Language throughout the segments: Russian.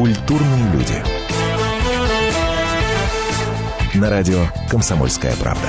Культурные люди. На радио «Комсомольская правда».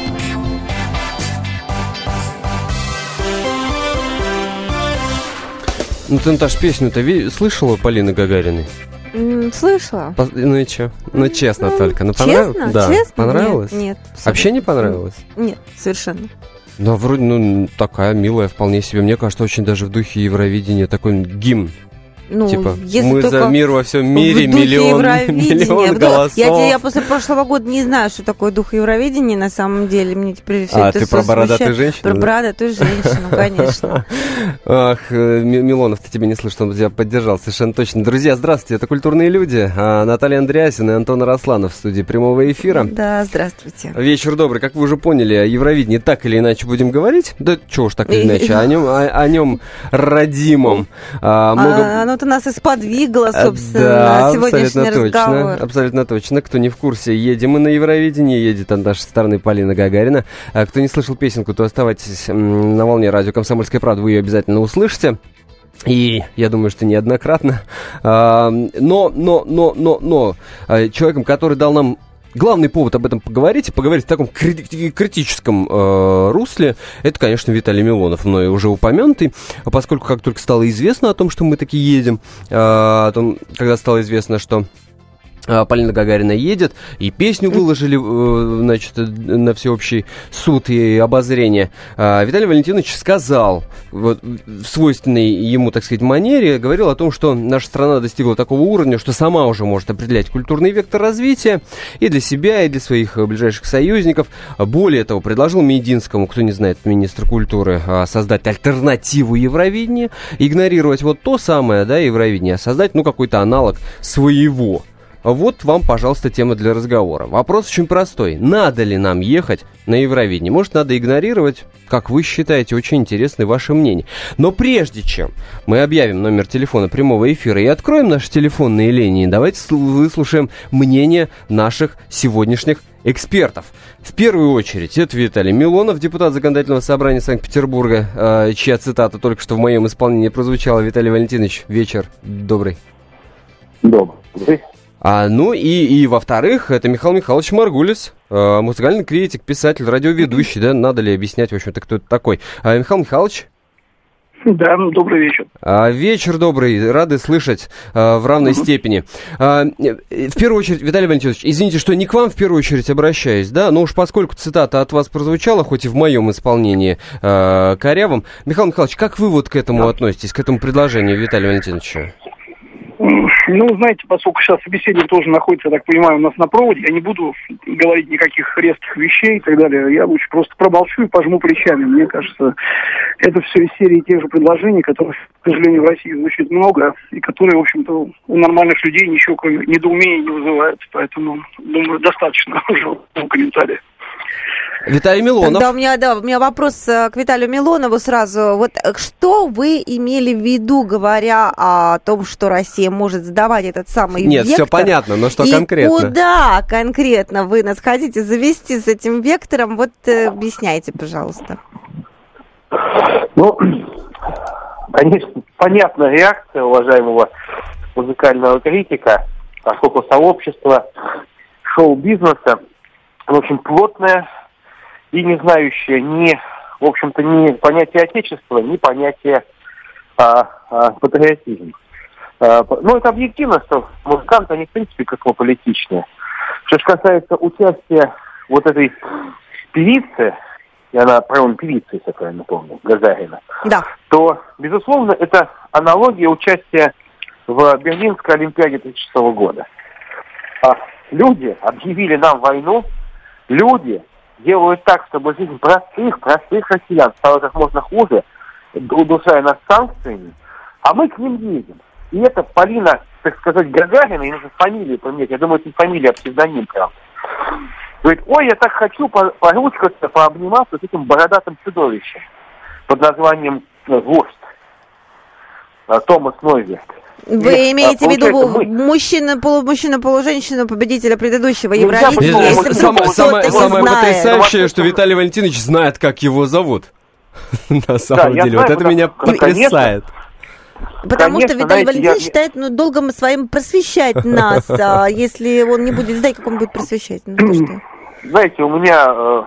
Ну, ты, Наташ, песню-то слышала Полины Гагариной? Слышала. Ну и что? Ну, честно только. Ну, честно? Да. Честно? Понравилось? Нет. Вообще не понравилось? Нет, совершенно. Да, вроде, такая милая вполне себе. Мне кажется, очень даже в духе Евровидения. Такой гимн. Ну, типа, если мы за мир во всем мире, миллион голосов. Я после прошлого года не знаю, что такое дух Евровидения на самом деле. Мне теперь все это ты про бородатую женщину? Про бородатую женщину, конечно. Ах, Милонов-то тебя не слышал, он тебя поддержал, совершенно точно. Друзья, здравствуйте, это «Культурные люди». Наталья Андреасина и Антон Арасланов в студии прямого эфира. Да, здравствуйте. Вечер добрый. Как вы уже поняли, о Евровидении так или иначе будем говорить. Да чего уж так или иначе, о нем родимом. Оно-то нас и сподвигло, собственно, сегодняшний разговор. Абсолютно точно. Кто не в курсе, едем мы на Евровидение, едет от нашей стороны Полина Гагарина. Кто не слышал песенку, то оставайтесь на волне радио «Комсомольская правда», вы ее обязательно услышите. И я думаю, что неоднократно. Но человеком, который дал нам главный повод об этом поговорить, и поговорить в таком критическом русле, это, конечно, Виталий Милонов, мной уже упомянутый, поскольку как только стало известно о том, что мы таки едем, когда стало известно, что Полина Гагарина едет, и песню выложили, значит, на всеобщий суд и обозрение. Виталий Валентинович сказал, вот, в свойственной ему, так сказать, манере, говорил о том, что наша страна достигла такого уровня, что сама уже может определять культурный вектор развития и для себя, и для своих ближайших союзников. Более того, предложил Мединскому, кто не знает, министра культуры, создать альтернативу Евровидения, игнорировать вот то самое, да, Евровидение, а создать, какой-то аналог своего. Вот вам, пожалуйста, тема для разговора. Вопрос очень простой. Надо ли нам ехать на Евровидение? Может, надо игнорировать? Как вы считаете, очень интересно ваше мнение. Но прежде чем мы объявим номер телефона прямого эфира и откроем наши телефонные линии, давайте выслушаем мнение наших сегодняшних экспертов. В первую очередь, это Виталий Милонов, депутат Законодательного собрания Санкт-Петербурга, чья цитата только что в моем исполнении прозвучала. Виталий Валентинович, вечер добрый. Добрый. И во-вторых, это Михаил Михайлович Маргулис, музыкальный критик, писатель, радиоведущий, да, надо ли объяснять, в общем-то, кто это такой. Михаил Михайлович? Да, добрый вечер. Вечер добрый, рады слышать в равной степени. В первую очередь, Виталий Валентинович, извините, что не к вам в первую очередь обращаюсь, да, но уж поскольку цитата от вас прозвучала, хоть и в моем исполнении корявом, Михаил Михайлович, как вы вот к этому относитесь, к этому предложению Виталия Валентиновича? Знаете, поскольку сейчас собеседник тоже находится, я так понимаю, у нас на проводе, я не буду говорить никаких резких вещей и так далее. Я лучше просто промолчу и пожму плечами. Мне кажется, это все из серии тех же предложений, которых, к сожалению, в России звучит много, и которые, в общем-то, у нормальных людей ничего, кроме недоумения, не вызывают. Поэтому, думаю, достаточно уже комментариев. Виталий Милонов. Тогда у меня вопрос к Виталию Милонову сразу. Вот что вы имели в виду, говоря о том, что Россия может сдавать этот самый вектор? Нет, все понятно, но что конкретно? Куда конкретно вы нас хотите завести с этим вектором? Вот объясняйте, пожалуйста. Конечно, понятная реакция уважаемого музыкального критика, поскольку сообщество шоу-бизнеса очень плотное и не знающее ни понятия отечества, ни понятия патриотизма. Это объективно, что музыканты, они в принципе космополитичные. Что же касается участия вот этой певицы, и она, правильно, певица, если я правильно помню, Гагарина, да, то, безусловно, это аналогия участия в Берлинской Олимпиаде 1936 года. Люди объявили нам войну, люди делают так, чтобы жизнь простых россиян стала как можно хуже, удушая нас санкциями, а мы к ним едем. И это Полина, так сказать, Гагарина, и нужно фамилию поменять, я думаю, это не фамилия, а псевдоним, правда. Говорит, я так хочу поручкаться, пообниматься с этим бородатым чудовищем под названием «Вождь» Томас Нойве. Вы имеете в виду мужчина, полуженщину, победителя предыдущего Евровидения? Самое потрясающее, что Виталий Валентинович знает, как его зовут. На самом деле. Вот это меня потрясает. Потому Конечно, что Виталий знаете, Валентинович считает долгом своим просвещать нас. Если он не будет знать, как он будет просвещать. Знаете, у меня,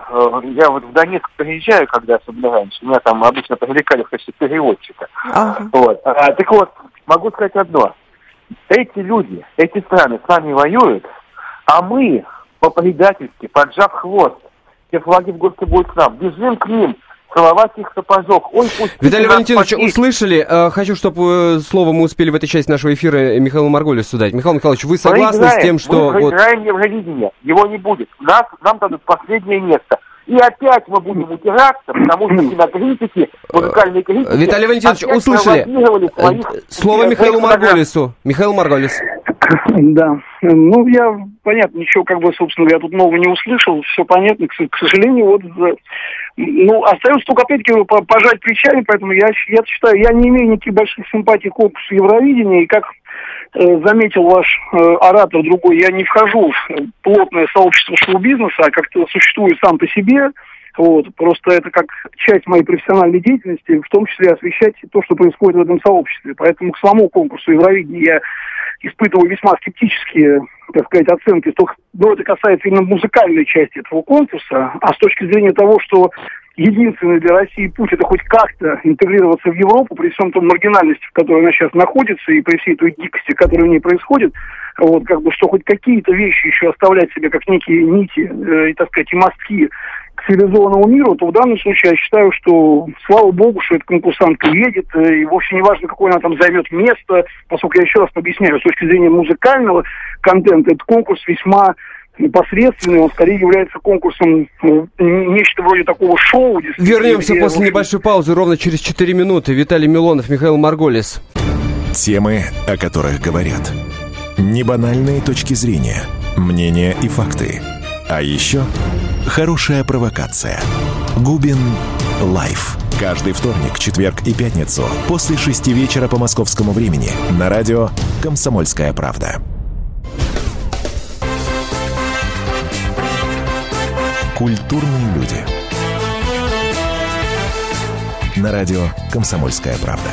я вот в Донецк приезжаю, когда особенно раньше, меня там обычно привлекали в качестве переводчика. Ага. Вот. Так вот, могу сказать одно. Эти люди, эти страны с нами воюют, а мы по-предательски, поджав хвост, все флаги в гости будут к нам, бежим к ним, целовать их сапожок. Ой, Виталий Валентинович, услышали? Хочу, чтобы слово мы успели в этой части нашего эфира Михаилу Марголису дать. Михаил Михайлович, вы согласны с тем, что... Мы проиграем Евровидение, его не будет. Нам дадут последнее место. И опять мы будем утираться, потому что кинокритики, музыкальные критики... Виталий Валентинович, услышали? Слово Михаилу Марголису. Михаил Марголис. Да. Ну, я, понятно, ничего, собственно говоря, тут нового не услышал. Все понятно. К сожалению, вот... Ну, остается только, опять-таки, пожать плечами, поэтому я считаю, я не имею никаких больших симпатий к конкурсу Евровидения, и как заметил ваш оратор другой, я не вхожу в плотное сообщество шоу-бизнеса, а как-то существую сам по себе. Вот, просто это как часть моей профессиональной деятельности, в том числе освещать то, что происходит в этом сообществе. Поэтому к самому конкурсу Евровидения я испытываю весьма скептические, так сказать, оценки. Но это касается именно музыкальной части этого конкурса. А с точки зрения того, что единственный для России путь — это хоть как-то интегрироваться в Европу, при всем том маргинальности, в которой она сейчас находится, и при всей той дикости, которая в ней происходит, вот, что хоть какие-то вещи еще оставлять себе как некие нити, и, так сказать, и мостки к цивилизованному миру, то в данном случае я считаю, что, слава богу, что эта конкурсантка едет, и вовсе не важно, какое она там займет место, поскольку, я еще раз объясняю, с точки зрения музыкального контента, этот конкурс весьма непосредственный, он скорее является конкурсом, нечто вроде такого шоу. Вернемся после небольшой паузы ровно через 4 минуты. Виталий Милонов, Михаил Марголис. Темы, о которых говорят. Небанальные точки зрения, мнения и факты. А еще хорошая провокация. Губин Лайф. Каждый вторник, четверг и пятницу после 6 вечера по московскому времени на радио «Комсомольская правда». Культурные люди. На радио «Комсомольская правда».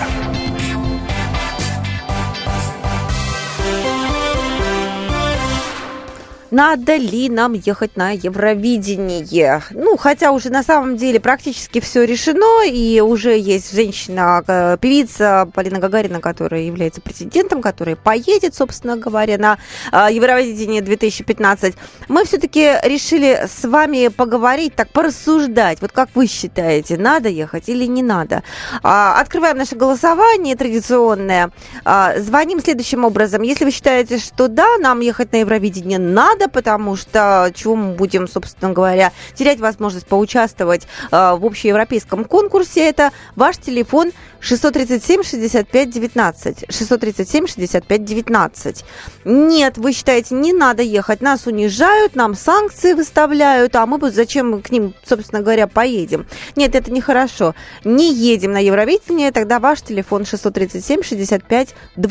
Надо ли нам ехать на Евровидение? Ну, хотя уже на самом деле практически все решено, и уже есть женщина, певица Полина Гагарина, которая является претендентом, которая поедет, собственно говоря, на Евровидение 2015. Мы все-таки решили с вами поговорить, так порассуждать. Вот как вы считаете, надо ехать или не надо? Открываем наше голосование традиционное. Звоним следующим образом. Если вы считаете, что да, нам ехать на Евровидение надо, потому что чего мы будем, собственно говоря, терять возможность поучаствовать в общеевропейском конкурсе, это ваш телефон 637-65-19. 637-65-19. Нет, вы считаете, не надо ехать, нас унижают, нам санкции выставляют, а мы зачем к ним, собственно говоря, поедем? Нет, это нехорошо. Не едем на Евровидение, тогда ваш телефон 637-65-20.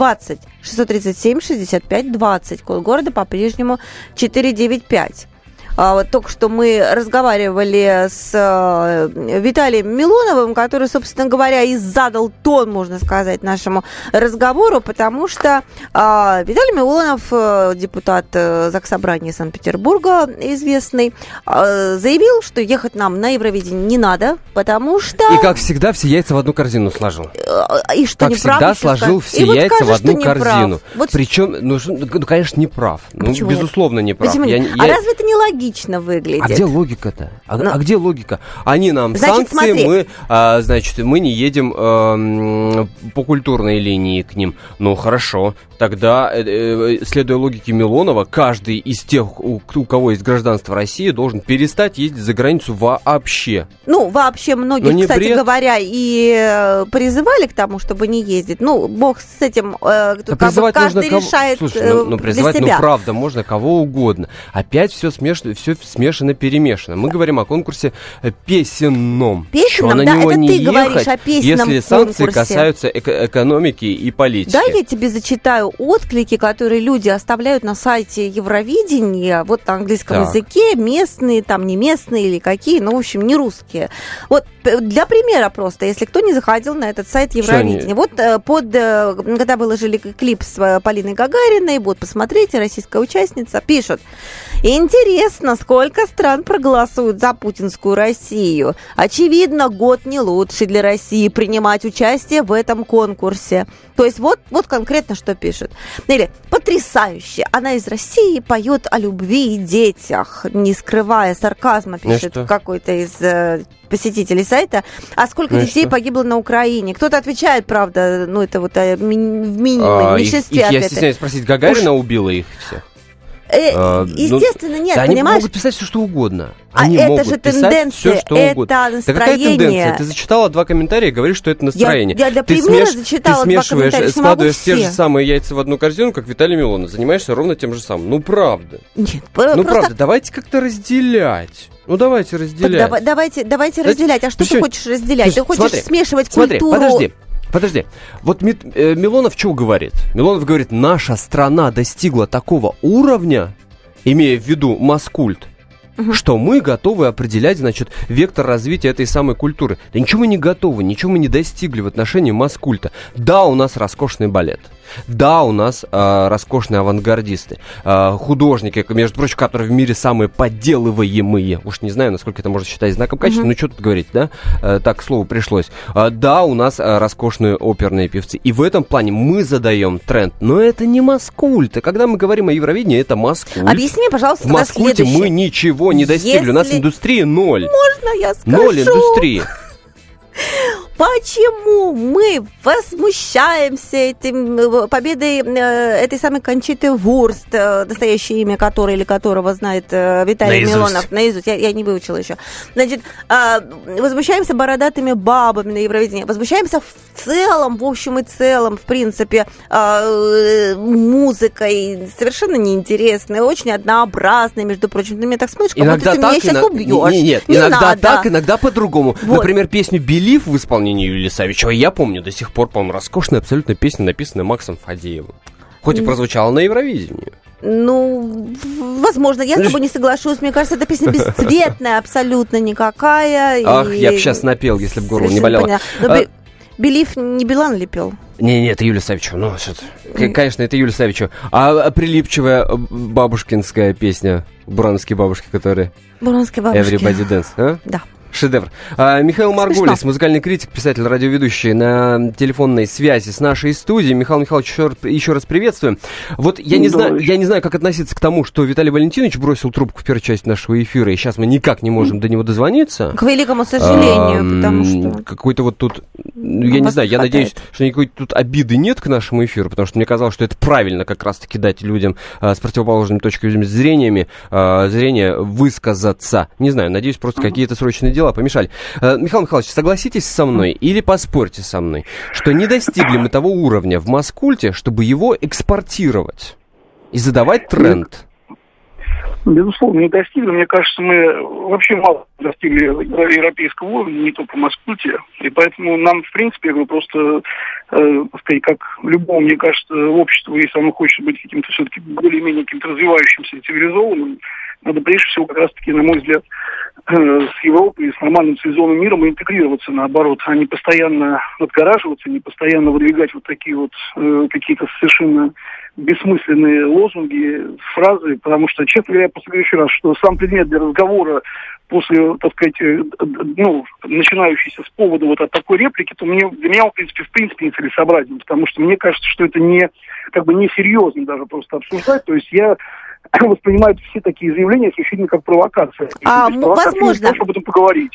637-65-20. Код города по-прежнему 495. Вот только что мы разговаривали с Виталием Милоновым, который, собственно говоря, и задал тон, можно сказать, нашему разговору, потому что Виталий Милонов, депутат Заксобрания Санкт-Петербурга, известный, заявил, что ехать нам на Евровидение не надо, потому что... И, как всегда, все яйца в одну корзину сложил. И что, как всегда, сложил все яйца в одну корзину. Вот... Причем, конечно, не прав. Безусловно, не прав. Почему? А разве это не логично выглядит? А где логика-то? А где логика? Они нам санкции, мы не едем по культурной линии к ним. Ну, хорошо. Тогда, следуя логике Милонова, каждый из тех, у кого есть гражданство России, должен перестать ездить за границу вообще. Ну, вообще многие, кстати говоря, и призывали к тому, чтобы не ездить. Ну, бог с этим, каждый решает. Слушай, призывать, для себя. Правда, можно кого угодно. Опять все смешно. все смешано-перемешано. Мы говорим о конкурсе песенном. Песенном, что на да, него это не ты ехать, говоришь о песенном если санкции конкурсе. касаются экономики и политики. Да, я тебе зачитаю отклики, которые люди оставляют на сайте Евровидения, вот на английском языке, местные, там не местные или какие, ну, в общем, не русские. Вот для примера просто, если кто не заходил на этот сайт Евровидения, вот когда выложили клип с Полиной Гагариной, вот, посмотрите, российская участница, пишут: интересно, сколько стран проголосуют за путинскую Россию? Очевидно, год не лучший для России принимать участие в этом конкурсе. То есть вот конкретно что пишут. Или потрясающе, она из России поет о любви и детях, не скрывая сарказма, пишет какой-то из посетителей сайта. А сколько детей погибло на Украине? Кто-то отвечает, правда, ну это вот в меньшинстве ответы. Я стесняюсь спросить, Гагарина убила их всех? Естественно, нет, да, понимаешь? Они могут писать все, что угодно. Они это могут же тенденция, все, что угодно. Это настроение. Да какая тенденция? Ты зачитала 2 комментария и говоришь, что это настроение. Я для примера зачитала 2 комментария, складываешь те же самые яйца в одну корзину, как Виталий Милонов. Занимаешься ровно тем же самым. Ну, правда. Нет, правда, давайте как-то разделять. Ну, давайте разделять. Давайте разделять. А что ты хочешь разделять? Ты хочешь смешивать культуру... Подожди. Вот Милонов что говорит? Милонов говорит, наша страна достигла такого уровня, имея в виду маскульт, что мы готовы определять, значит, вектор развития этой самой культуры. Да ничего мы не готовы, ничего мы не достигли в отношении маскульта. Да, у нас роскошный балет. Да, у нас роскошные авангардисты, художники, между прочим, которые в мире самые подделываемые. Уж не знаю, насколько это можно считать знаком качества, но что тут говорить, да? Так, к слову пришлось. Да, у нас роскошные оперные певцы. И в этом плане мы задаем тренд. Но это не маскульт. И когда мы говорим о Евровидении, это маскульт. Объясни, пожалуйста, в маскульте мы ничего не достигли. У нас индустрия 0. Можно я скажу? 0 индустрии. Почему мы возмущаемся этим победой этой самой Кончиты Вурст, настоящее имя которой или которого знает Виталий Милонов наизусть, я не выучила еще. Значит, возмущаемся бородатыми бабами на Евровидении, возмущаемся в целом, в общем и целом, в принципе, музыкой совершенно неинтересной, очень однообразной, между прочим. Ты меня так смотришь, как будто ты меня сейчас убьешь. Нет, иногда так, иногда по-другому. Вот. Например, песню «Белив» в исполнении Юлии Савичевой, я помню до сих пор, по-моему, роскошная абсолютно песня, написанная Максом Фадеевым. Хоть и прозвучала на Евровидении. Ну, возможно, я с тобой не соглашусь. Мне кажется, эта песня бесцветная, абсолютно никакая. Ах, я бы сейчас напел, если бы горло не болело. Белив не Билан ли пел? Не, это Юлия Савичева. Ну, что-то. Конечно, это Юлия Савичева. А прилипчивая бабушкинская песня, бурановские бабушки, которые... Бурановские бабушки. Everybody Dance, а? Да. Шедевр. Михаил Марголис, музыкальный критик, писатель, радиоведущий, на телефонной связи с нашей студией. Михаил Михайлович, еще раз приветствуем. Вот я не знаю, как относиться к тому, что Виталий Валентинович бросил трубку в первой части нашего эфира, и сейчас мы никак не можем до него дозвониться. К великому сожалению, потому что... Какой-то вот тут... Я не знаю, я надеюсь, что никакой тут обиды нет к нашему эфиру, потому что мне казалось, что это правильно как раз-таки дать людям с противоположными точками зрения высказаться. Не знаю, надеюсь, просто какие-то срочные дела помешали. Михаил Михайлович, согласитесь со мной или поспорьте со мной, что не достигли мы того уровня в маскульте, чтобы его экспортировать и задавать тренд? Безусловно, не достигли. Мне кажется, мы вообще мало достигли европейского уровня, не только в маскульте. И поэтому нам, в принципе, я говорю, просто, сказать, как любому, мне кажется, обществу, если оно хочет быть каким-то все-таки более-менее каким-то развивающимся, цивилизованным, надо прежде всего, как раз-таки, на мой взгляд, с Европой, с нормальным цивилизованным миром интегрироваться, наоборот, а не постоянно отгораживаться, не постоянно выдвигать вот такие вот какие-то совершенно бессмысленные лозунги, фразы, потому что, честно говоря, я просто говорю еще раз, что сам предмет для разговора после, так сказать, начинающийся с повода вот от такой реплики, то для меня он, в принципе, нецелесообразен, потому что мне кажется, что это несерьезно даже просто обсуждать, то есть я воспринимаю все такие заявления исключительно как провокация. Возможно. Чтобы об этом поговорить.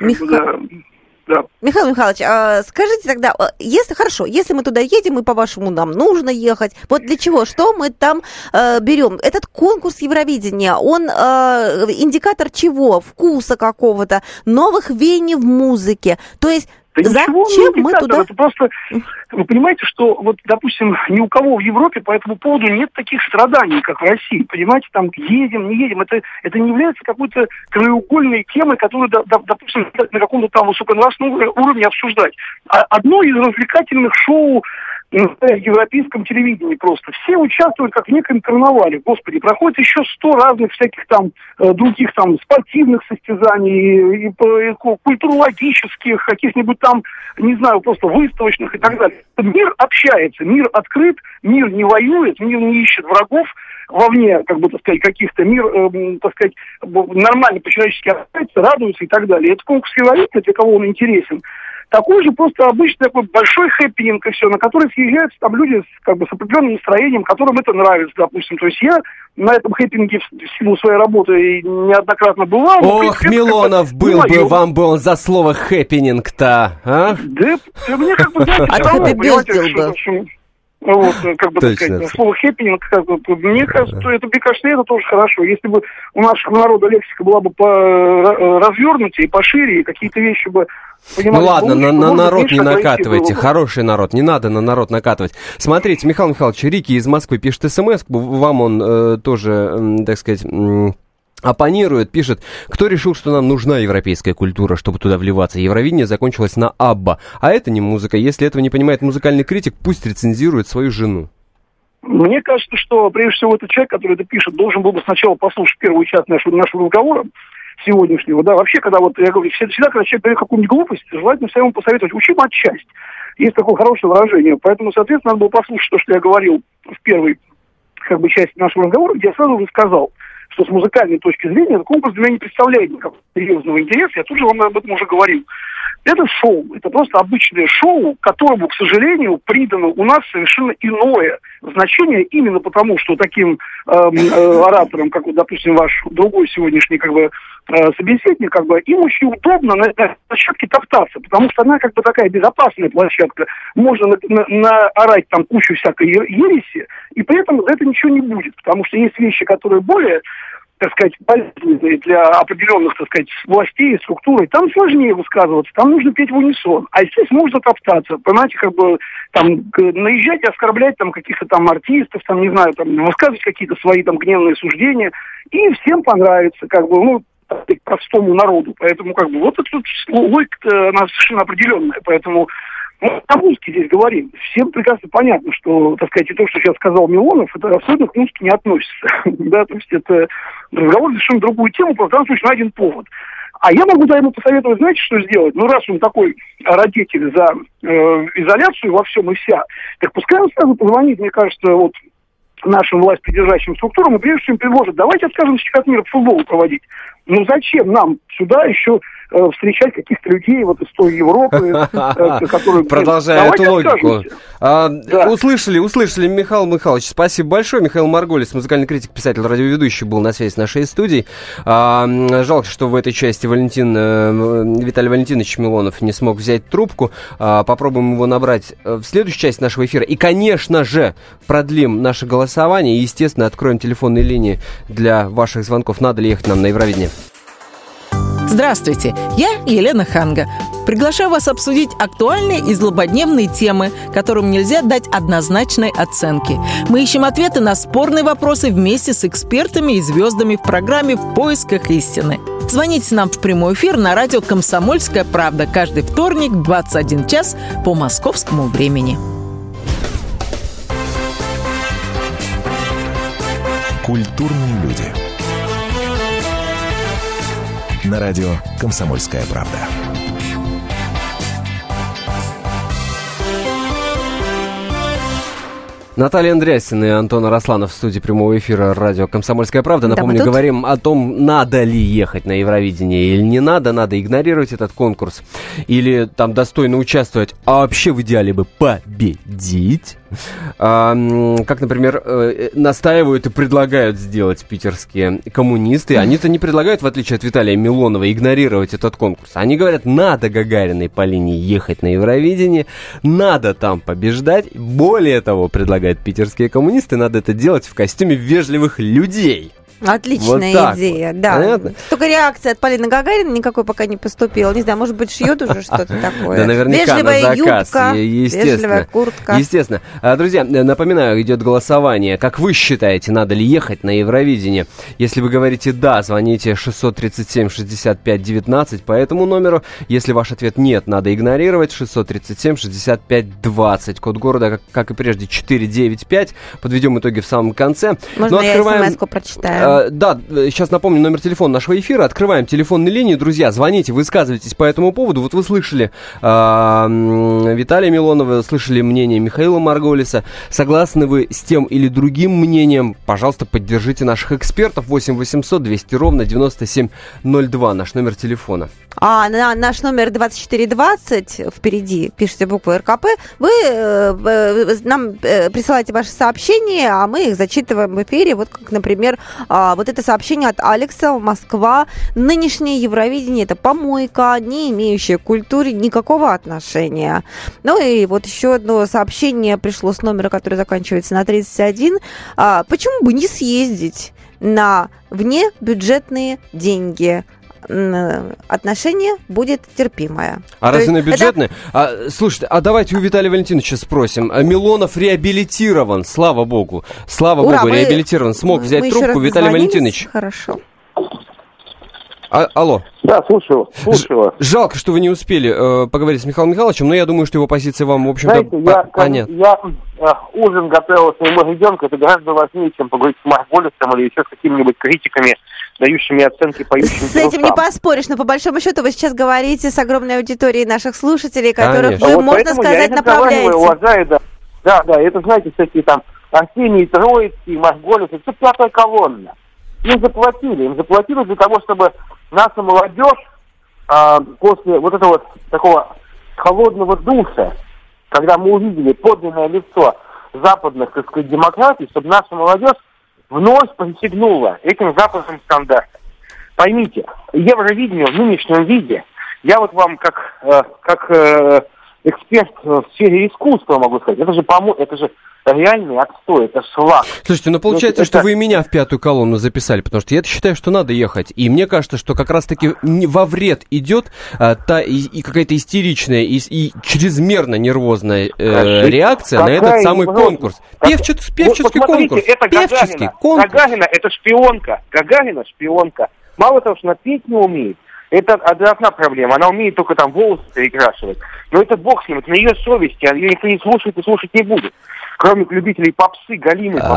Да. Михаил Михайлович, скажите тогда, если мы туда едем, и по-вашему нам нужно ехать, вот для чего, что мы там берем? Этот конкурс Евровидения, он индикатор чего? Вкуса какого-то, новых веяний в музыке. То есть Да ничего, зачем мы туда? Это просто, вы понимаете, что вот, допустим, ни у кого в Европе по этому поводу нет таких страданий, как в России. Понимаете, там едем, не едем. Это не является какой-то краеугольной темой, которую, допустим, на каком-то там высоконравственном уровне обсуждать. Одно из развлекательных шоу на европейском телевидении просто. Все участвуют как в неком карнавале. Господи, проходит еще 100 разных всяких там других там спортивных состязаний, и культурологических, каких-нибудь там, не знаю, просто выставочных и так далее. Мир общается, мир открыт, мир не воюет, мир не ищет врагов вовне, как бы, так сказать, каких-то. Мир, так сказать, нормально по-человечески общается, радуется и так далее. Это конкурс Евровидения, для кого он интересен. Такой же просто обычный такой большой хэппининг и все, на который съезжаются там люди с определенным настроением, которым это нравится, допустим. То есть я на этом хэппининге в силу своей работы неоднократно бывал. Ох, Милонов был бы, вам бы он за слово хэппининг-то, а? Да, мне как бы, знаете, а того, ты бездел, вот, как бы, так Точно. сказать, слово хэппининг, мне кажется, это тоже хорошо. Если бы у нашего народа лексика была бы развернутее, пошире, и какие-то вещи бы понимали. Ну ладно, на народ не накатывайте, хороший народ, не надо на народ накатывать. Смотрите, Михаил Михайлович Рики из Москвы пишет смс, вам он тоже, так сказать... оппонирует, пишет, кто решил, что нам нужна европейская культура, чтобы туда вливаться. Евровидение закончилось на Абба. А это не музыка. Если этого не понимает музыкальный критик, пусть рецензирует свою жену. Мне кажется, что, прежде всего, этот человек, который это пишет, должен был бы сначала послушать первую часть нашего разговора сегодняшнего. Да, вообще, когда вот, я говорю, всегда, когда человек говорит какую-нибудь глупость, желательно всем ему посоветовать, учим отчасть. Есть такое хорошее выражение. Поэтому, соответственно, надо было послушать то, что я говорил в первой, части нашего разговора, где я сразу же сказал, что с музыкальной точки зрения этот конкурс для меня не представляет никакого серьезного интереса. Я тут же вам об этом уже говорил. Это шоу, это просто обычное шоу, которому, к сожалению, придано у нас совершенно иное значение, именно потому, что таким ораторам, как, допустим, ваш другой сегодняшний собеседник, им очень удобно на площадке топтаться, потому что она такая безопасная площадка. Можно наорать там кучу всякой ереси, и при этом за это ничего не будет, потому что есть вещи, которые более, так сказать, полезные для определенных, так сказать, властей, структур. Там сложнее высказываться, там нужно петь в унисон. А здесь можно топтаться, понимаете, наезжать и оскорблять каких-то артистов, не знаю, высказывать какие-то свои гневные суждения, и всем понравится, простому народу. Поэтому, вот эта логика, она совершенно определенная. Поэтому о музыке здесь говорим. Всем прекрасно понятно, что, так сказать, и то, что сейчас сказал Милонов, это абсолютно к музыке не относится. Да, то есть это разговор на совершенно другую тему, в данном случае на один повод. А я могу ему посоветовать, знаете, что сделать? Раз он такой родитель за изоляцию во всем и вся, так пускай он сразу позвонит, мне кажется, нашим властьпридержащим структурам и прежде всего предложит, давайте откажем чемпионат мира по футболу проводить. Зачем нам сюда еще встречать каких-то людей из той Европы, которые... Продолжая эту логику. Услышали, Михаил Михайлович. Спасибо большое. Михаил Марголис, музыкальный критик, писатель, радиоведущий, был на связи с нашей студией. Жалко, что в этой части Виталий Валентинович Милонов не смог взять трубку. Попробуем его набрать в следующей части нашего эфира. И, конечно же, продлим наше голосование. И, естественно, откроем телефонные линии для ваших звонков. Надо ли ехать нам на Евровидение? Здравствуйте, я Елена Ханга. Приглашаю вас обсудить актуальные и злободневные темы, которым нельзя дать однозначной оценки. Мы ищем ответы на спорные вопросы вместе с экспертами и звездами в программе «В поисках истины». Звоните нам в прямой эфир на радио «Комсомольская правда» каждый вторник в 21 час по московскому времени. Культурные люди. На радио «Комсомольская правда». Наталья Андреасина и Антон Арасланов в студии прямого эфира радио «Комсомольская правда». Напомню, говорим о том, надо ли ехать на Евровидение или не надо, надо игнорировать этот конкурс или там достойно участвовать, а вообще в идеале бы победить. Как, например, настаивают и предлагают сделать питерские коммунисты. Они-то не предлагают, в отличие от Виталия Милонова, игнорировать этот конкурс. Они говорят, надо Гагариной Полине ехать на Евровидение, надо там побеждать. Более того, предлагают питерские коммунисты, надо это делать в костюме вежливых людей. Отличная Вот идея, вот. да. Понятно? Только реакции от Полины Гагарина никакой пока не поступила. Не знаю, может быть, шьет уже что-то такое. Да, наверняка Вежливая на заказ, юбка, естественно. вежливая куртка. Естественно. Друзья, напоминаю, идет голосование. Как вы считаете, надо ли ехать на Евровидение? Если вы говорите «да», звоните 637-65-19 по этому номеру. Если ваш ответ «нет», надо игнорировать 637-65-20. Код города, как и прежде, 495. Подведем итоги в самом конце. Можно я смс-ку прочитаю? Да, сейчас напомню номер телефона нашего эфира. Открываем телефонные линии. Друзья, звоните, высказывайтесь по этому поводу. Вот вы слышали Виталия Милонова, слышали мнение Михаила Марголиса. Согласны вы с тем или другим мнением? Пожалуйста, поддержите наших экспертов. 8 800 200 ровно 9702. Наш номер телефона. Наш номер 2420 впереди, пишите букву РКП. Вы нам присылаете ваши сообщения, а мы их зачитываем в эфире. Вот как, например, вот это сообщение от Алекса, Москва. Нынешнее Евровидение – это помойка, не имеющая к культуре никакого отношения. Ну и вот еще одно сообщение пришло с номера, который заканчивается на 31. Почему бы не съездить на внебюджетные деньги? Отношение будет терпимое. А разве на бюджетные? Слушайте, давайте у Виталия Валентиновича спросим. Милонов реабилитирован, слава богу. Слава богу, реабилитирован. Смог взять трубку, Виталий Валентинович. Хорошо. Алло. Да, слушаю. Жалко, что вы не успели поговорить с Михаилом Михайловичем, но я думаю, что его позиция вам, в общем-то, понятна. Я ужин готовил своему ребенку, это гораздо важнее, чем поговорить с Марголисом или еще с какими-нибудь критиками, дающими оценки поющим. С этим не поспоришь, но по большому счету вы сейчас говорите с огромной аудиторией наших слушателей, которых вы, можно сказать, направляете. Уважаю, да, это, знаете, всякие там Арсений Троицкий, Марголис, это все пятая колонна. Им заплатили для того, чтобы наша молодежь после вот этого вот такого холодного душа, когда мы увидели подлинное лицо западных, так сказать, демократий, чтобы наша молодежь вновь присягнула этим западным стандартам. Поймите, Евровидение в нынешнем виде, я вот вам как эксперт в сфере искусства могу сказать, это же реальный отстой, это шлак. Слушайте, ну получается, что вы и меня в пятую колонну записали, потому что я считаю, что надо ехать. И мне кажется, что как раз-таки во вред идет и какая-то истеричная и чрезмерно нервозная реакция на этот самый конкурс. Певческий конкурс. Это Гагарина. Гагарина это шпионка. Мало того, что она петь не умеет, это одна проблема. Она умеет только там волосы перекрашивать. Но это бог с ним, это на ее совести. Ее никто не слушает и слушать не будет. Кроме любителей попсы, галимой попсы.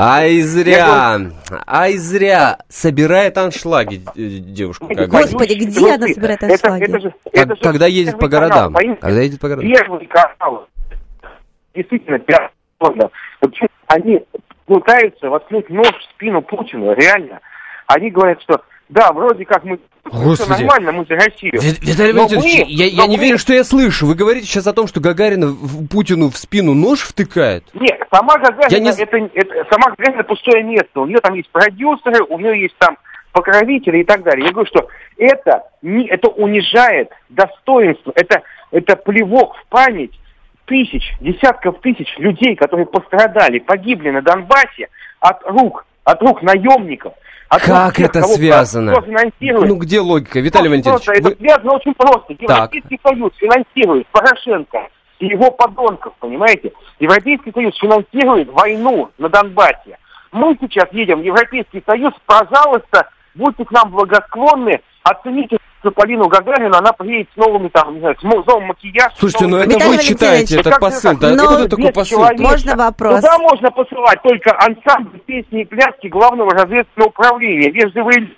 Ай, зря. Собирает аншлаги девушка. Господи, где она собирает аншлаги? Когда едет по городам. Первый канал. Действительно, первый канал. Они пытаются воткнуть нож в спину Путину, реально. Они говорят, что да, вроде как мы... Все нормально, мы за Россию. Виталий Валентинович, я не верю, что я слышу. Вы говорите сейчас о том, что Гагарина Путину в спину нож втыкает? Нет, сама Гагарина, сама Гагарина пустое место. У нее там есть продюсеры, у нее есть там покровители и так далее. Я говорю, что это унижает достоинство, это плевок в память десятков тысяч людей, которые пострадали, погибли на Донбассе от рук наемников. Как это связано? Ну, где логика, Виталий Валентинович? Это связано очень просто. Европейский Союз финансирует Порошенко и его подонков, понимаете? Европейский Союз финансирует войну на Донбассе. Мы сейчас едем в Европейский Союз, пожалуйста, будьте к нам благосклонны, оцените Полину Гагарину, она приедет с новыми, там, не знаю, с новым макияжем. Слушайте, ну это вы читаете этот посыл, да? Откуда такой посыл? Можно вопрос? Туда можно посылать только ансамбль песни и пляски Главного разведывательного управления. Вежливые...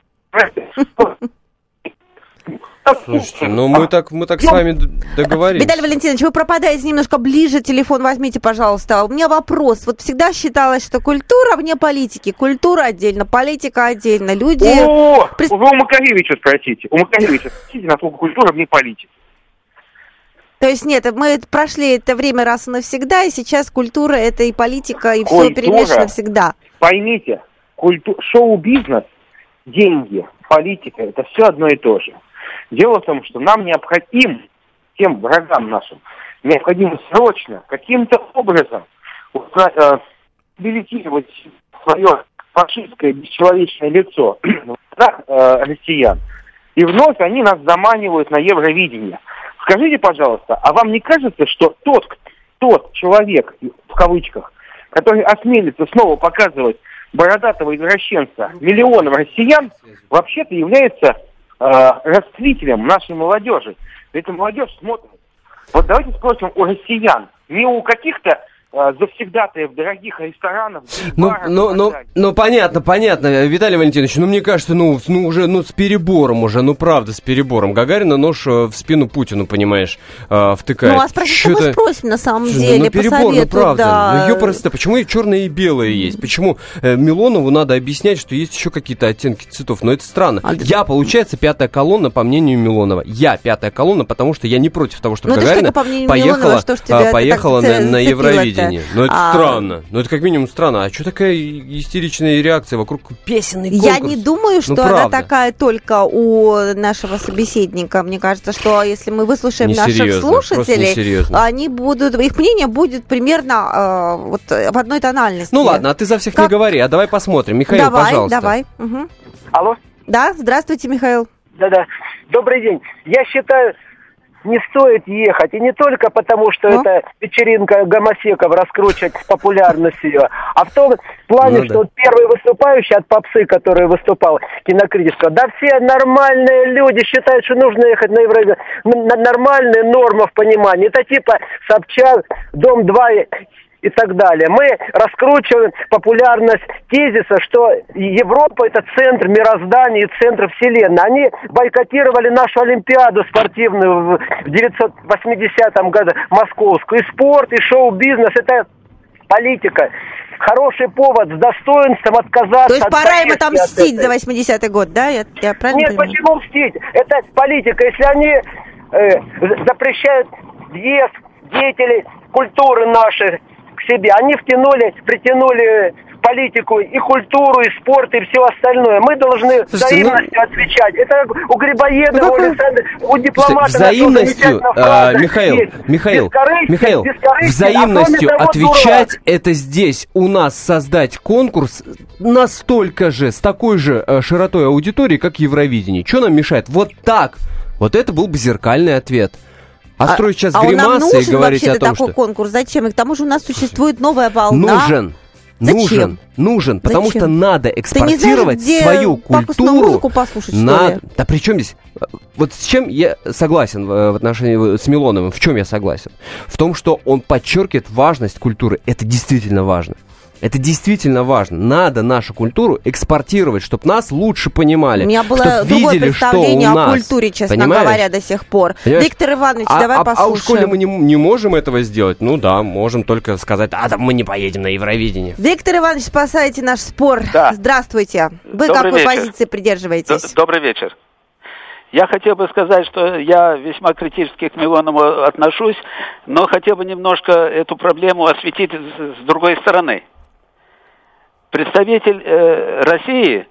Слушайте, ну мы так с вами договорились. Виталий Валентинович, вы пропадаете немножко ближе, телефон возьмите, пожалуйста. У меня вопрос. Вот всегда считалось, что культура вне политики. Культура отдельно, политика отдельно. Люди... Вы у Макаревича спросите. Насколько культура вне политики. То есть нет, мы прошли это время раз и навсегда, и сейчас культура это и политика, и все перемешано всегда. Поймите, шоу-бизнес, деньги, политика, это все одно и то же. Дело в том, что нам необходимо, тем врагам нашим, необходимо срочно, каким-то образом реабилитировать свое фашистское бесчеловечное лицо россиян. И вновь они нас заманивают на Евровидение. Скажите, пожалуйста, а вам не кажется, что тот человек, в кавычках, который осмелится снова показывать бородатого извращенца миллионам россиян, вообще-то является расцветителем нашей молодежи? Эта молодежь смотрит. Вот давайте спросим у россиян, не у каких-то завсегдатаев дорогих ресторанов. Ну, понятно, Виталий Валентинович, мне кажется, уже с перебором уже, правда, с перебором. Гагарина нож в спину Путину, понимаешь, втыкает. Ну, а спросить мы спросим, на самом деле, перебор, правда. Да. Ёпрст, почему и черное, и белое есть? Почему Милонову надо объяснять, что есть еще какие-то оттенки цветов? Но это странно. Я, получается, пятая колонна, по мнению Милонова. Я пятая колонна, потому что я не против того, что Гагарина поехала на Евровидение. Ну, это странно. Ну, это как минимум странно. А что такая истеричная реакция вокруг песенный конкурс? Я не думаю, что она такая только у нашего собеседника. Мне кажется, что если мы выслушаем наших слушателей, они будут, их мнение будет примерно в одной тональности. Ну, ладно, а ты за всех не говори, а давай посмотрим. Михаил, пожалуйста. Давай. Угу. Алло? Да, здравствуйте, Михаил. Да-да. Добрый день. Я считаю, не стоит ехать. И не только потому, что это вечеринка гомосеков, раскручивать популярность ее, а в том плане, что вот первый выступающий от попсы, который выступал, кинокритика, да все нормальные люди считают, что нужно ехать на Евровидение. Нормальные нормы в понимании. Это типа Собчак, Дом-2 и так далее. Мы раскручиваем популярность тезиса, что Европа — это центр мироздания и центр вселенной. Они бойкотировали нашу Олимпиаду спортивную в 1980 году, московскую. И спорт, и шоу-бизнес — это политика. Хороший повод с достоинством отказаться. То есть пора им отомстить за 80-й год, да? Я правильно Нет, понимаю? почему мстить? Это политика. Если они запрещают въезд деятелей культуры нашей к себе, они притянули в политику и культуру, и спорт, и все остальное. Мы должны взаимностью отвечать. Это у Грибоедова, у дипломата... Взаимностью, Михаил, взаимностью отвечать — это здесь у нас создать конкурс настолько же, с такой же широтой аудитории, как Евровидение. Что нам мешает? Вот так. Вот это был бы зеркальный ответ. А строить сейчас гримасы и говорить о том, что... такой конкурс? Зачем? И к тому же у нас существует новая волна. Нужен, потому что надо экспортировать свою культуру. Музыку послушать, что ли? Да при чем здесь? Вот с чем я согласен в отношении с Милоновым? В чем я согласен? В том, что он подчеркивает важность культуры. Это действительно важно. Это действительно важно. Надо нашу культуру экспортировать, чтобы нас лучше понимали. У меня было другое представление о культуре, честно говоря, до сих пор. Понимаешь? Виктор Иванович, давай послушаем. А уж коли мы не можем этого сделать, можем только сказать, там мы не поедем на Евровидение. Виктор Иванович, спасайте наш спор. Да. Здравствуйте. Вы какой позиции придерживаетесь? Добрый вечер. Я хотел бы сказать, что я весьма критически к Милонову отношусь, но хотел бы немножко эту проблему осветить с другой стороны. Представитель России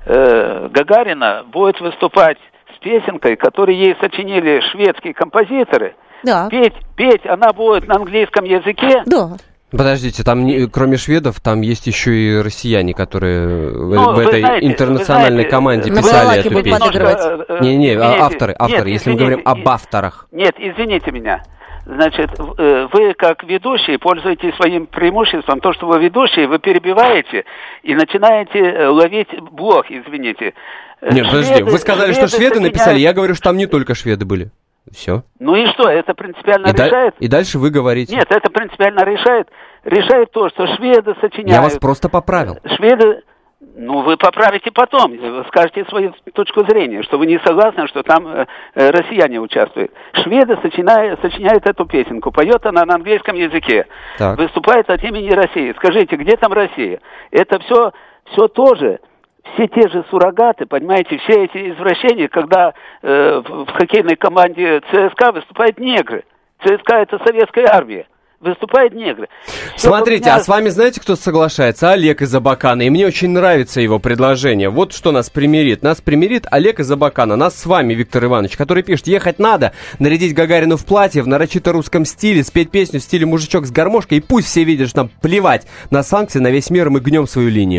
Гагарина будет выступать с песенкой, которую ей сочинили шведские композиторы. Да. Петь она будет на английском языке. Да. Подождите, там кроме шведов, там есть еще и россияне, которые в этой интернациональной команде писали эту песню. Авторы, если мы говорим об авторах. Нет, извините меня. Значит, вы как ведущий пользуетесь своим преимуществом, то, что вы ведущий, вы перебиваете и начинаете ловить блох, извините. Нет, подожди, вы сказали, что шведы написали, я говорю, что там не только шведы были. Все. Ну и что, это принципиально решает? И дальше вы говорите. Нет, это принципиально решает то, что шведы сочиняют. Я вас просто поправил. Шведы... вы поправите потом, вы скажете свою точку зрения, что вы не согласны, что там россияне участвуют. Шведы сочиняют эту песенку, поет она на английском языке, выступает от имени России. Скажите, где там Россия? Это все тоже, все те же суррогаты, понимаете, все эти извращения, когда в хоккейной команде ЦСКА выступают негры. ЦСКА — это советская армия. Выступают негры. Смотрите, а с вами знаете, кто соглашается? Олег из Абакана. И мне очень нравится его предложение. Вот что нас примирит. Нас примирит Олег из Абакана. Нас с вами, Виктор Иванович, который пишет: ехать надо, нарядить Гагарину в платье в нарочито русском стиле, спеть песню в стиле мужичок с гармошкой, и пусть все видят, что нам плевать на санкции, на весь мир, мы гнем свою линию.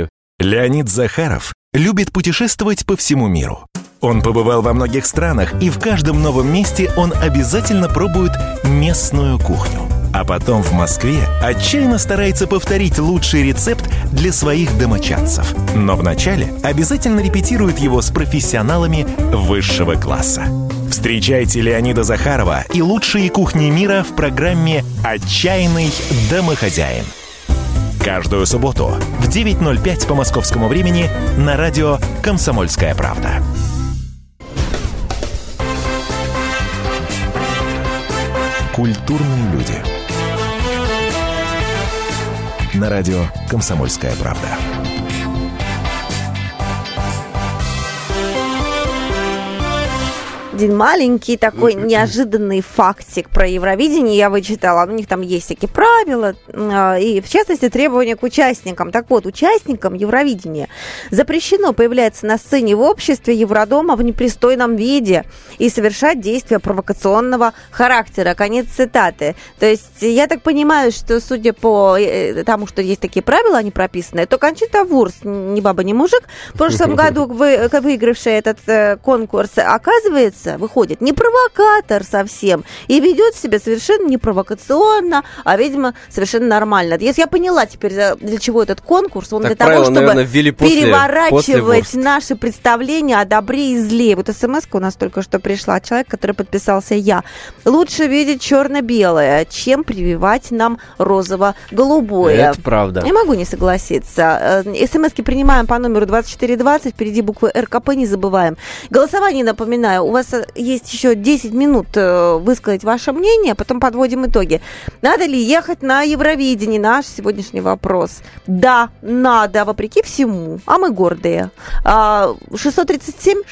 Леонид Захаров любит путешествовать по всему миру. Он побывал во многих странах, и в каждом новом месте он обязательно пробует местную кухню. А потом в Москве отчаянно старается повторить лучший рецепт для своих домочадцев. Но вначале обязательно репетирует его с профессионалами высшего класса. Встречайте Леонида Захарова и лучшие кухни мира в программе «Отчаянный домохозяин». Каждую субботу в 9:05 по московскому времени на радио «Комсомольская правда». Культурные люди. На радио «Комсомольская правда». Один маленький такой неожиданный фактик про Евровидение я вычитала. У них там есть всякие правила, и в частности требования к участникам. Так вот, участникам Евровидения запрещено появляться на сцене в обществе Евродома в непристойном виде и совершать действия провокационного характера. Конец цитаты. То есть я так понимаю, что судя по тому, что есть такие правила, они прописаны, то Кончита Вурст, ни баба, ни мужик, в прошлом году выигравшая этот конкурс, оказывается, выходит не провокатор совсем и ведет себя совершенно не провокационно, а, видимо, совершенно нормально. Если я поняла теперь, для чего этот конкурс, он так для того, чтобы наверное, переворачивать наши представления о добре и зле. Вот смс-ка у нас только что пришла от человека, который подписался я. Лучше видеть черно-белое, чем прививать нам розово-голубое. Это правда. Не могу не согласиться. СМСки принимаем по номеру 2420, впереди буквы РКП не забываем. Голосование, напоминаю, у вас есть еще 10 минут высказать ваше мнение, потом подводим итоги. Надо ли ехать на Евровидение? Наш сегодняшний вопрос. Да, надо, вопреки всему. А мы гордые. 637-65-19.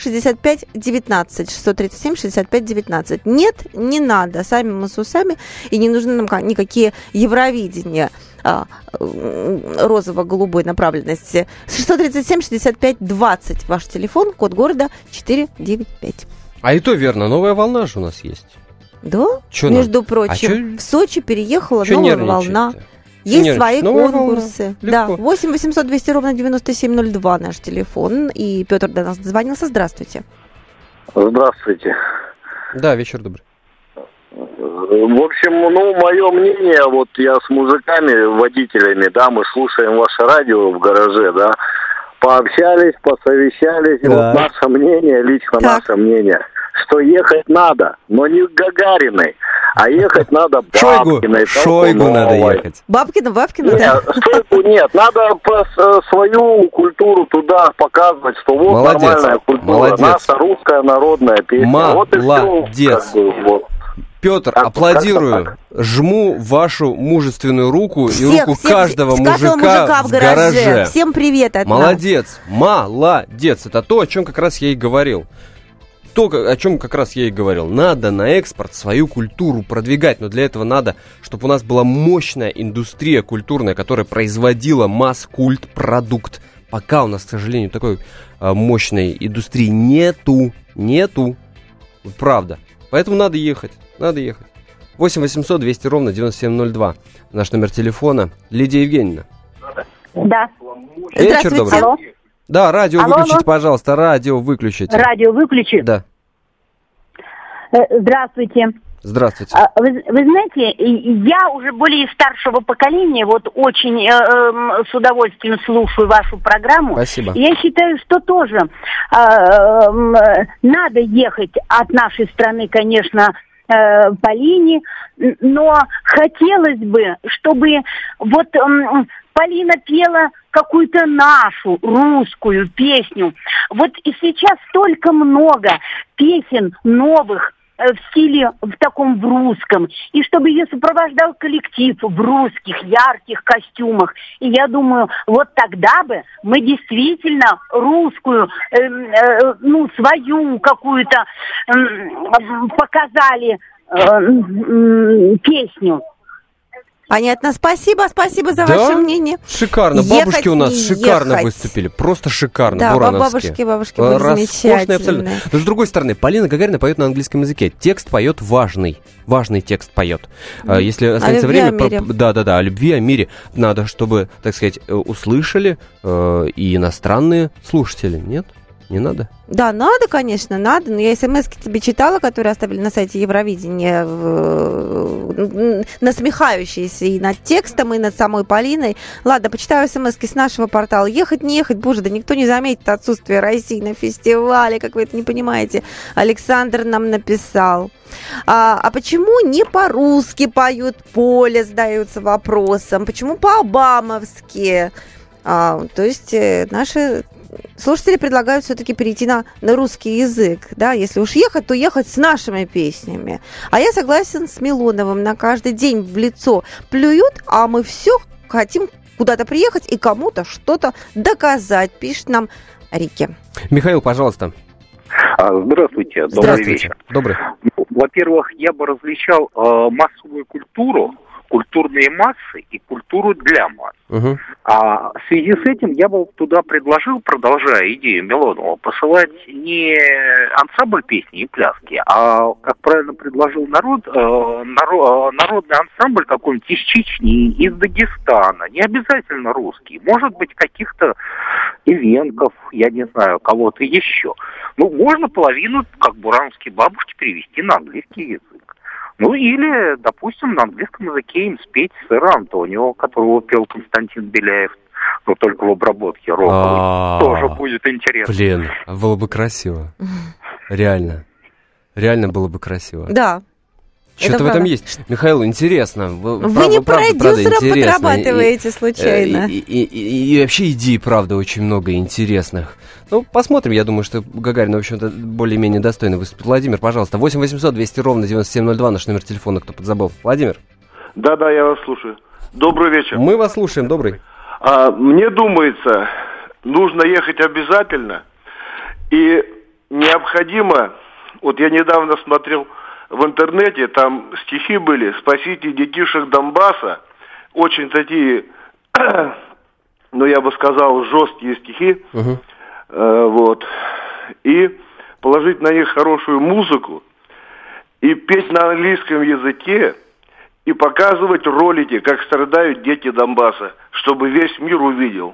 637-65-19. Нет, не надо. Сами мы с усами, и не нужны нам никакие Евровидения розово-голубой направленности. 637-65-20. Ваш телефон, код города 495. А и то верно, новая волна же у нас есть. Да? Чё между прочим, в Сочи переехала новая волна. Есть свои конкурсы. Да, 8 800 200 ровно 9702 наш телефон. И Петр до нас дозвонился. Здравствуйте. Здравствуйте. Да, вечер добрый. В общем, мое мнение, вот я с мужиками, водителями, да, мы слушаем ваше радио в гараже, да, пообщались, посовещались, и вот наше мнение, лично наше мнение, что ехать надо, но не Гагариной, а ехать надо Бабкиной. Шойгу надо ехать. Бабкина? Нет, Шойгу нет, надо свою культуру туда показывать, что вот молодец, нормальная культура, молодец. Наша русская народная песня. Молодец. Вот. Петр, аплодирую, жму вашу мужественную руку и руку каждого мужика в гараже. Всем привет от молодец, молодец. Это то, о чем как раз я и говорил. Надо на экспорт свою культуру продвигать, но для этого надо, чтобы у нас была мощная индустрия культурная, которая производила масс-культ-продукт. Пока у нас, к сожалению, такой мощной индустрии нету. Правда. Поэтому надо ехать. 8 800 200 ровно 9702. Наш номер телефона. Лидия Евгеньевна. Да. Вечер добрый. Алло. Да, радио выключите, пожалуйста. Радио выключите. Радио выключи? Да. Здравствуйте. Здравствуйте. Вы знаете, я уже более старшего поколения, вот очень с удовольствием слушаю вашу программу. Спасибо. Я считаю, что тоже надо ехать от нашей страны, конечно, по линии, но хотелось бы, чтобы вот Полина пела какую-то нашу русскую песню. Вот и сейчас столько много песен новых в стиле в таком в русском, и чтобы ее сопровождал коллектив в русских ярких костюмах. И я думаю, вот тогда бы мы действительно русскую, свою какую-то показали песню. Понятно. Спасибо за ваше мнение. Шикарно. Бабушки у нас шикарно выступили. Просто шикарно. Да, бабушки были замечательные. Абсолютно. Но с другой стороны, Полина Гагарина поет на английском языке. Текст поет важный текст поет. Если останется время... Да, о любви, о мире. Надо, чтобы, так сказать, услышали и иностранные слушатели. Нет? Не надо? Да, надо, конечно, надо. Но я смс-ки тебе читала, которые оставили на сайте Евровидения, насмехающиеся и над текстом, и над самой Полиной. Ладно, почитаю смс-ки с нашего портала. Ехать, не ехать, боже, да никто не заметит отсутствие России на фестивале, как вы это не понимаете. Александр нам написал. А почему не по-русски поют поле, задаются вопросом? Почему по-обамовски? То есть наши... Слушатели предлагают все-таки перейти на русский язык, да, если уж ехать, то ехать с нашими песнями. А я согласен с Милоновым, на каждый день в лицо плюют, а мы все хотим куда-то приехать и кому-то что-то доказать, пишет нам Рики. Михаил, пожалуйста. Здравствуйте, добрый вечер. Добрый. Во-первых, я бы различал массовую культуру, культурные массы и культуру для масс. Угу. А в связи с этим я бы туда предложил, продолжая идею Милонова, посылать не ансамбль песни и пляски, а, как правильно предложил народный ансамбль какой-нибудь из Чечни, из Дагестана, не обязательно русский, может быть, каких-то ивенков, я не знаю, кого-то еще. Можно половину, как бурамские бабушки, перевести на английский язык. Или, допустим, на английском языке им спеть «Сэра Антонио», которого пел Константин Беляев, но только в обработке роковой. Тоже будет интересно. Блин, было бы красиво. Реально было бы красиво. Да. Что-то в этом есть. Михаил, интересно. Вы не продюсером подрабатываете случайно. И вообще идей, правда, очень много интересных. Посмотрим. Я думаю, что Гагарина, в общем-то, более-менее достойно выступит. Владимир, пожалуйста, 8 800 200 ровно 9702, наш номер телефона, кто подзабыл. Владимир. Да, я вас слушаю. Добрый вечер. Мы вас слушаем, добрый. Мне думается, нужно ехать обязательно. И необходимо, я недавно смотрел в интернете, там стихи были «Спасите детишек Донбасса». Очень такие, я бы сказал, жесткие стихи. Угу. И положить на них хорошую музыку, и петь на английском языке, и показывать ролики, как страдают дети Донбасса, чтобы весь мир увидел.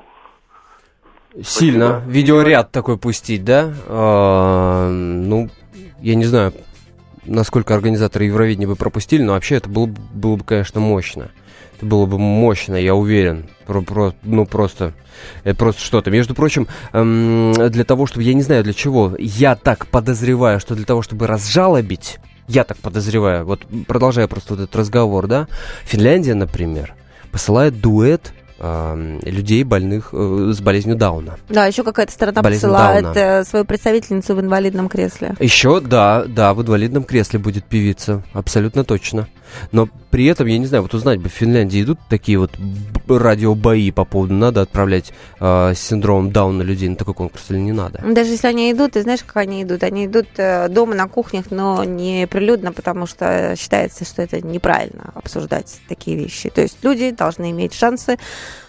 Сильно. Спасибо. Видеоряд такой пустить, да? Я не знаю, насколько организаторы Евровидения бы пропустили, но вообще это было бы, конечно, мощно. Это было бы мощно, я уверен. Просто что-то. Между прочим, для того, чтобы... Я не знаю для чего. Я так подозреваю, что для того, чтобы разжалобить... Я так подозреваю. Продолжая просто этот разговор, да? Финляндия, например, посылает дуэт людей, больных с болезнью Дауна. Да, еще какая-то страна посылает свою представительницу в инвалидном кресле. Еще, да, в инвалидном кресле будет певица, абсолютно точно. Но при этом, я не знаю, узнать бы, в Финляндии идут такие радиобои по поводу, надо отправлять с синдромом Дауна людей на такой конкурс или не надо? Даже если они идут, ты знаешь, как они идут? Они идут дома на кухнях, но не прилюдно, потому что считается, что это неправильно обсуждать такие вещи. То есть люди должны иметь шансы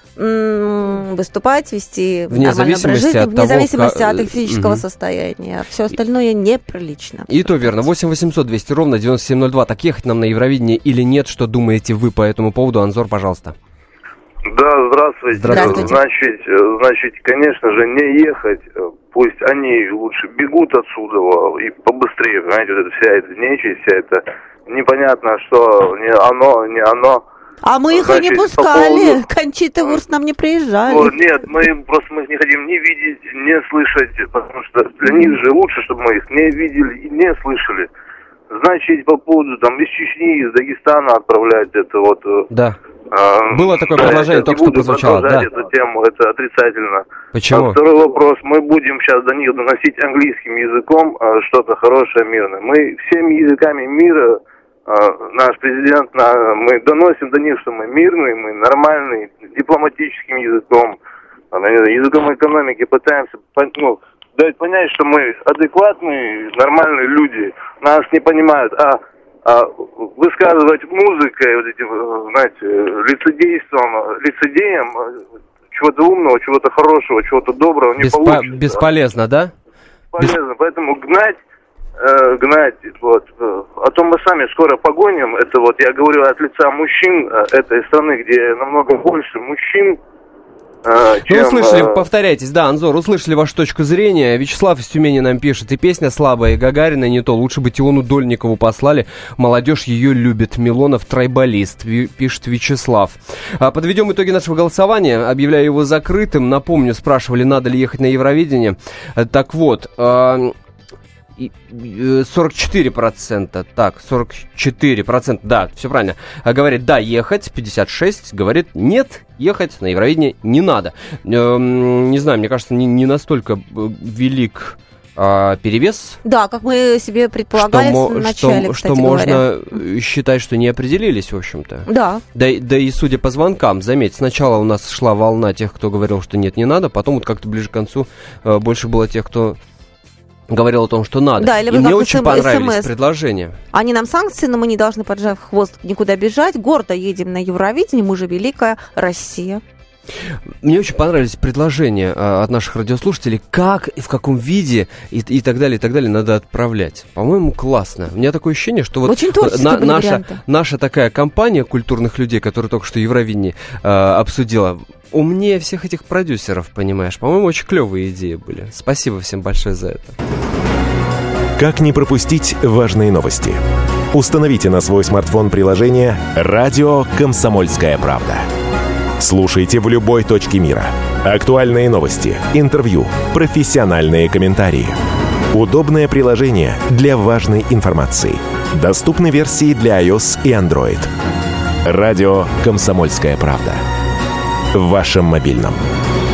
выступать, вести нормальный образ жизни, вне зависимости от их физического состояния. Все остальное неприлично. И то верно. 8 800 200 ровно 9702. Так ехать нам на Евровидение или нет? Что думаете вы по этому поводу? Анзор, пожалуйста. Да, здравствуйте. Значит, конечно же, не ехать. Пусть они лучше бегут отсюда и побыстрее, понимаете, эта вся эта нечисть, вся эта непонятно, что не оно. А мы их и не пускали. Кончита Вурст нам не приезжали. Нет, мы их не хотим ни видеть, ни слышать, потому что для них же лучше, чтобы мы их не видели и не слышали. Значит, по поводу из Чечни, из Дагестана отправлять это Да. Было такое предложение, только что прозвучало. Да. Эту тему, это отрицательно. Почему? Второй вопрос. Мы будем сейчас до них доносить английским языком что-то хорошее, мирное. Мы всеми языками мира... Наш президент, мы доносим до них, что мы мирные, мы нормальные, дипломатическим языком, языком экономики пытаемся дать понять, что мы адекватные, нормальные люди. Нас не понимают, высказывать музыкой, вот этим, знаете, лицедеем, чего-то умного, чего-то хорошего, чего-то доброго не получится. Бесполезно, да? Бесполезно, поэтому гнать, вот. А то мы сами скоро погоним. Это вот я говорю от лица мужчин этой страны, где намного больше мужчин, чем... услышали, повторяйтесь, да, Анзор, услышали вашу точку зрения. Вячеслав из Тюмени нам пишет: и песня слабая, и Гагарина не то. Лучше бы Тиону Дольникову послали. Молодежь ее любит. Милонов трайбалист, пишет Вячеслав. Подведем итоги нашего голосования. Объявляю его закрытым. Напомню, спрашивали, надо ли ехать на Евровидение. Так вот... 44%, так, 44%, да, все правильно, говорит, да, ехать, 56%, говорит, нет, ехать на Евровидение не надо. Не знаю, мне кажется, не настолько велик перевес. Да, как мы себе предполагали в начале, что можно считать, что не определились, в общем-то. Да. Да и судя по звонкам, заметь, сначала у нас шла волна тех, кто говорил, что нет, не надо, потом вот как-то ближе к концу больше было тех, кто... говорил о том, что надо. Да, или и мне очень понравились предложения. Они нам санкции, но мы не должны, поджав хвост, никуда бежать. Гордо едем на Евровидение, мы же великая Россия. Мне очень понравились предложения от наших радиослушателей, как и в каком виде и так далее надо отправлять. По-моему, классно. У меня такое ощущение, что вот наша такая компания культурных людей, которая только что Евровидение обсудила, умнее всех этих продюсеров, понимаешь. По-моему, очень клевые идеи были. Спасибо всем большое за это. Как не пропустить важные новости? Установите на свой смартфон приложение «Радио Комсомольская правда». Слушайте в любой точке мира. Актуальные новости, интервью, профессиональные комментарии. Удобное приложение для важной информации. Доступны версии для iOS и Android. «Радио Комсомольская правда». В вашем мобильном.